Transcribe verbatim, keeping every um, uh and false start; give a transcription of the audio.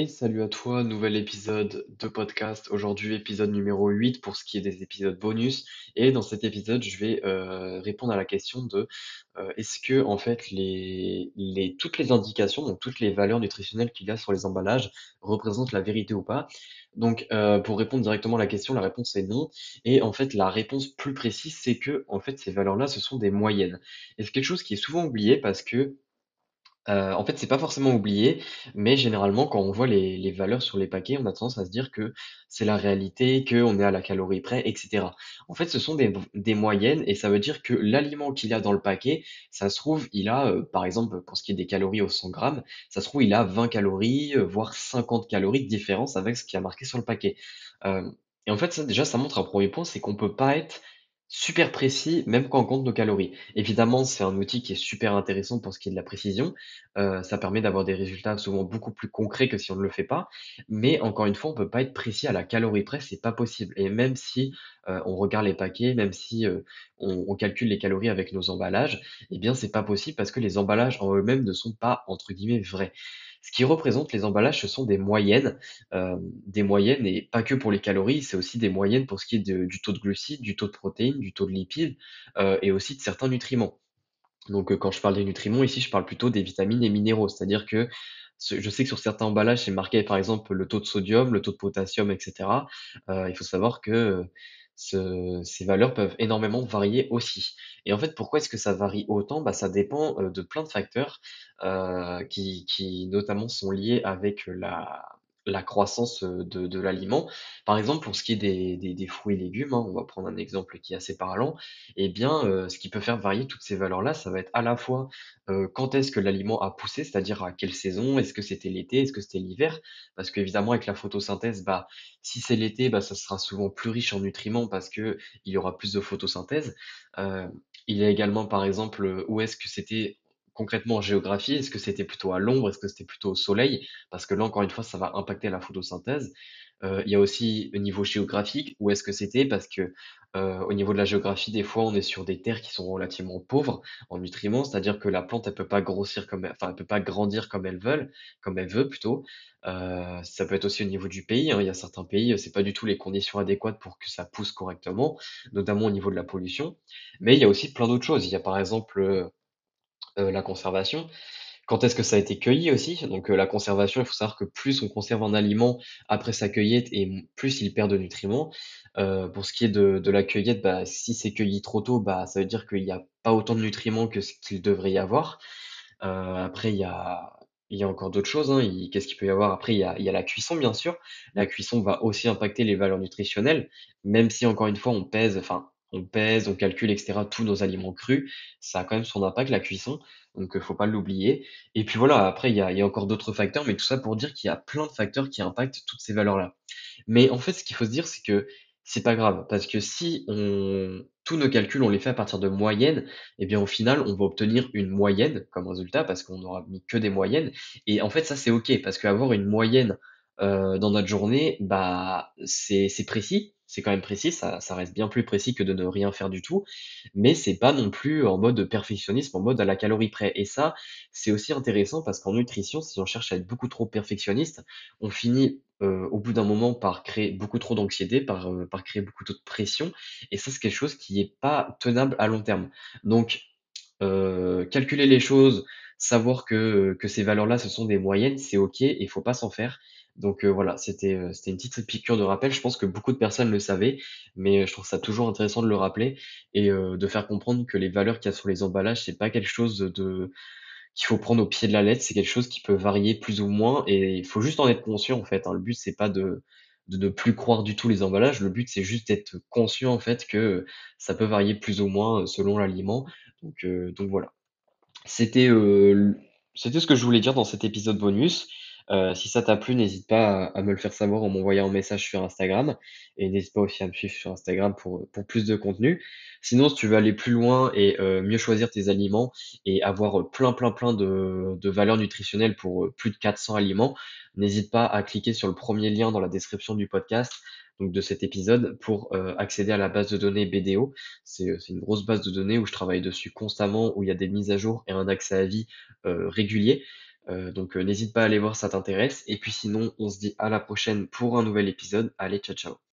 Et salut à toi, nouvel épisode de podcast. Aujourd'hui, épisode numéro huit pour ce qui est des épisodes bonus. Et dans cet épisode, je vais euh, répondre à la question de euh, est-ce que en fait les, les toutes les indications, donc toutes les valeurs nutritionnelles qu'il y a sur les emballages représentent la vérité ou pas? Donc euh, pour répondre directement à la question, la réponse est non. Et en fait, la réponse plus précise, c'est que en fait ces valeurs-là, ce sont des moyennes. Et c'est quelque chose qui est souvent oublié parce que Heu, en fait, c'est pas forcément oublié, mais généralement, quand on voit les les valeurs sur les paquets, on a tendance à se dire que c'est la réalité, qu'on est à la calorie près et cetera. En fait, ce sont des des moyennes et ça veut dire que l'aliment qu'il y a dans le paquet, ça se trouve, il a, heu, par exemple, pour ce qui est des calories au cent grammes, ça se trouve, il a vingt calories, heu, voire cinquante calories de différence avec ce qui a marqué sur le paquet. Hem et en fait, ça, déjà, ça montre un premier point, c'est qu'on peut pas être super précis, même quand on compte nos calories. Évidemment, c'est un outil qui est super intéressant pour ce qui est de la précision. Heu, ça permet d'avoir des résultats souvent beaucoup plus concrets que si on ne le fait pas. Mais encore une fois, on peut pas être précis à la calorie près, c'est pas possible. Et même si, heu, on regarde les paquets, même si, heu, on on calcule les calories avec nos emballages, eh bien, c'est pas possible parce que les emballages en eux-mêmes ne sont pas, entre guillemets, «vrais». Ce qui représente les emballages, ce sont des moyennes, hem, des moyennes et pas que pour les calories, c'est aussi des moyennes pour ce qui est de du taux de glucides, du taux de protéines, du taux de lipides, heu et aussi de certains nutriments. Donc, heu, quand je parle des nutriments, ici, je parle plutôt des vitamines et minéraux. C'est-à-dire que ce je sais que sur certains emballages, c'est marqué, par exemple, le taux de sodium, le taux de potassium et cetera. Heu, il faut savoir que, heu, ce ces valeurs peuvent énormément varier aussi. Et en fait, pourquoi est-ce que ça varie autant? Bah, ça dépend, heu, de plein de facteurs, heu, qui qui notamment sont liés avec la la croissance, heu, de de l'aliment. Par exemple, pour ce qui est des des des fruits et légumes, hein, on va prendre un exemple qui est assez parlant. Eh bien, heu, ce qui peut faire varier toutes ces valeurs-là, ça va être à la fois, heu, quand est-ce que l'aliment a poussé, c'est-à-dire à quelle saison? Est-ce que c'était l'été? Est-ce que c'était l'hiver? Parce qu'évidemment avec la photosynthèse, bah, si c'est l'été, bah, ça sera souvent plus riche en nutriments parce qu'il y aura plus de photosynthèse. Heu, il y a également par exemple, heu, où est-ce que c'était concrètement en géographie? Est-ce que c'était plutôt à l'ombre? Est-ce que c'était plutôt au soleil? Parce que là, encore une fois, ça va impacter la photosynthèse. Heu, il y a aussi au niveau géographique, où est-ce que c'était? Parce que Heu, au niveau de la géographie, des fois, on est sur des terres qui sont relativement pauvres en nutriments, c'est-à-dire que la plante, elle peut pas grossir comme elle enfin, elle peut pas grandir comme elle veulent comme elle veut plutôt. Heu, ça peut être aussi au niveau du pays, hein. Il y a certains pays, heu, c'est pas du tout les conditions adéquates pour que ça pousse correctement, notamment au niveau de la pollution. Mais il y a aussi plein d'autres choses. Il y a par exemple, heu heu, la conservation. Quand est-ce que ça a été cueilli aussi? Donc, heu, la conservation, il faut savoir que plus on conserve un aliment après sa cueillette et m plus il perd de nutriments. Heu, pour ce qui est de de la cueillette, bah, si c'est cueilli trop tôt, bah, ça veut dire qu'il y a pas autant de nutriments que ce qu'il devrait y avoir. Heu, après il y a il y a encore d'autres choses, hein. Il Qu'est-ce qu'il peut y avoir? Après il y a il y a la cuisson, bien sûr. La cuisson va aussi impacter les valeurs nutritionnelles, même si encore une fois on pèse, enfin, on pèse, on calcule et cetera tous nos aliments crus, ça a quand même son impact, la cuisson, donc heu, faut pas l'oublier. Et puis voilà, après il y a il y a encore d'autres facteurs, mais tout ça pour dire qu'il y a plein de facteurs qui impactent toutes ces valeurs-là. Mais en fait, ce qu'il faut se dire, c'est que c'est pas grave, parce que si on tous nos calculs, on les fait à partir de moyennes, eh bien, au final, on va obtenir une moyenne comme résultat, parce qu'on aura mis que des moyennes. Et en fait, ça, c'est OK, parce qu'avoir une moyenne, heu, dans notre journée, bah, c'est c'est précis, c'est quand même précis, ça ça reste bien plus précis que de ne rien faire du tout, mais c'est pas non plus en mode perfectionnisme, en mode à la calorie près. Et ça, c'est aussi intéressant parce qu'en nutrition, si on cherche à être beaucoup trop perfectionniste, on finit, heu, au bout d'un moment par créer beaucoup trop d'anxiété, par, heu, par créer beaucoup trop de pression. Et ça, c'est quelque chose qui est pas tenable à long terme. Donc, heu, calculer les choses, savoir que, que ces valeurs-là, ce sont des moyennes, c'est OK et il faut pas s'en faire. Donc, heu, voilà, c'était, heu, c'était une petite piqûre de rappel. Je pense que beaucoup de personnes le savaient, mais, heu, je trouve ça toujours intéressant de le rappeler et heu, de faire comprendre que les valeurs qu'il y a sur les emballages, c'est pas quelque chose de qu'il faut prendre au pied de la lettre. C'est quelque chose qui peut varier plus ou moins et il faut juste en être conscient, en fait, hein. Le but, c'est pas de de ne plus croire du tout les emballages. Le but, c'est juste d'être conscient, en fait, que ça peut varier plus ou moins, heu, selon l'aliment. Donc, heu, donc voilà. C'était, heu, l c'était ce que je voulais dire dans cet épisode bonus. Heu, si ça t'a plu, n'hésite pas à à me le faire savoir en m'envoyant un message sur Instagram et n'hésite pas aussi à me suivre sur Instagram pour, pour plus de contenu. Sinon, si tu veux aller plus loin et heu, mieux choisir tes aliments et avoir, heu, plein, plein, plein de de valeurs nutritionnelles pour, heu, plus de quatre cents aliments, n'hésite pas à cliquer sur le premier lien dans la description du podcast, donc de cet épisode pour, heu, accéder à la base de données B D O. C'est, heu, c'est une grosse base de données où je travaille dessus constamment, où il y a des mises à jour et un accès à vie, heu, régulier. Euh, donc euh, n'hésite pas à aller voir, ça t'intéresse. Et puis sinon, on se dit à la prochaine pour un nouvel épisode. Allez, ciao ciao.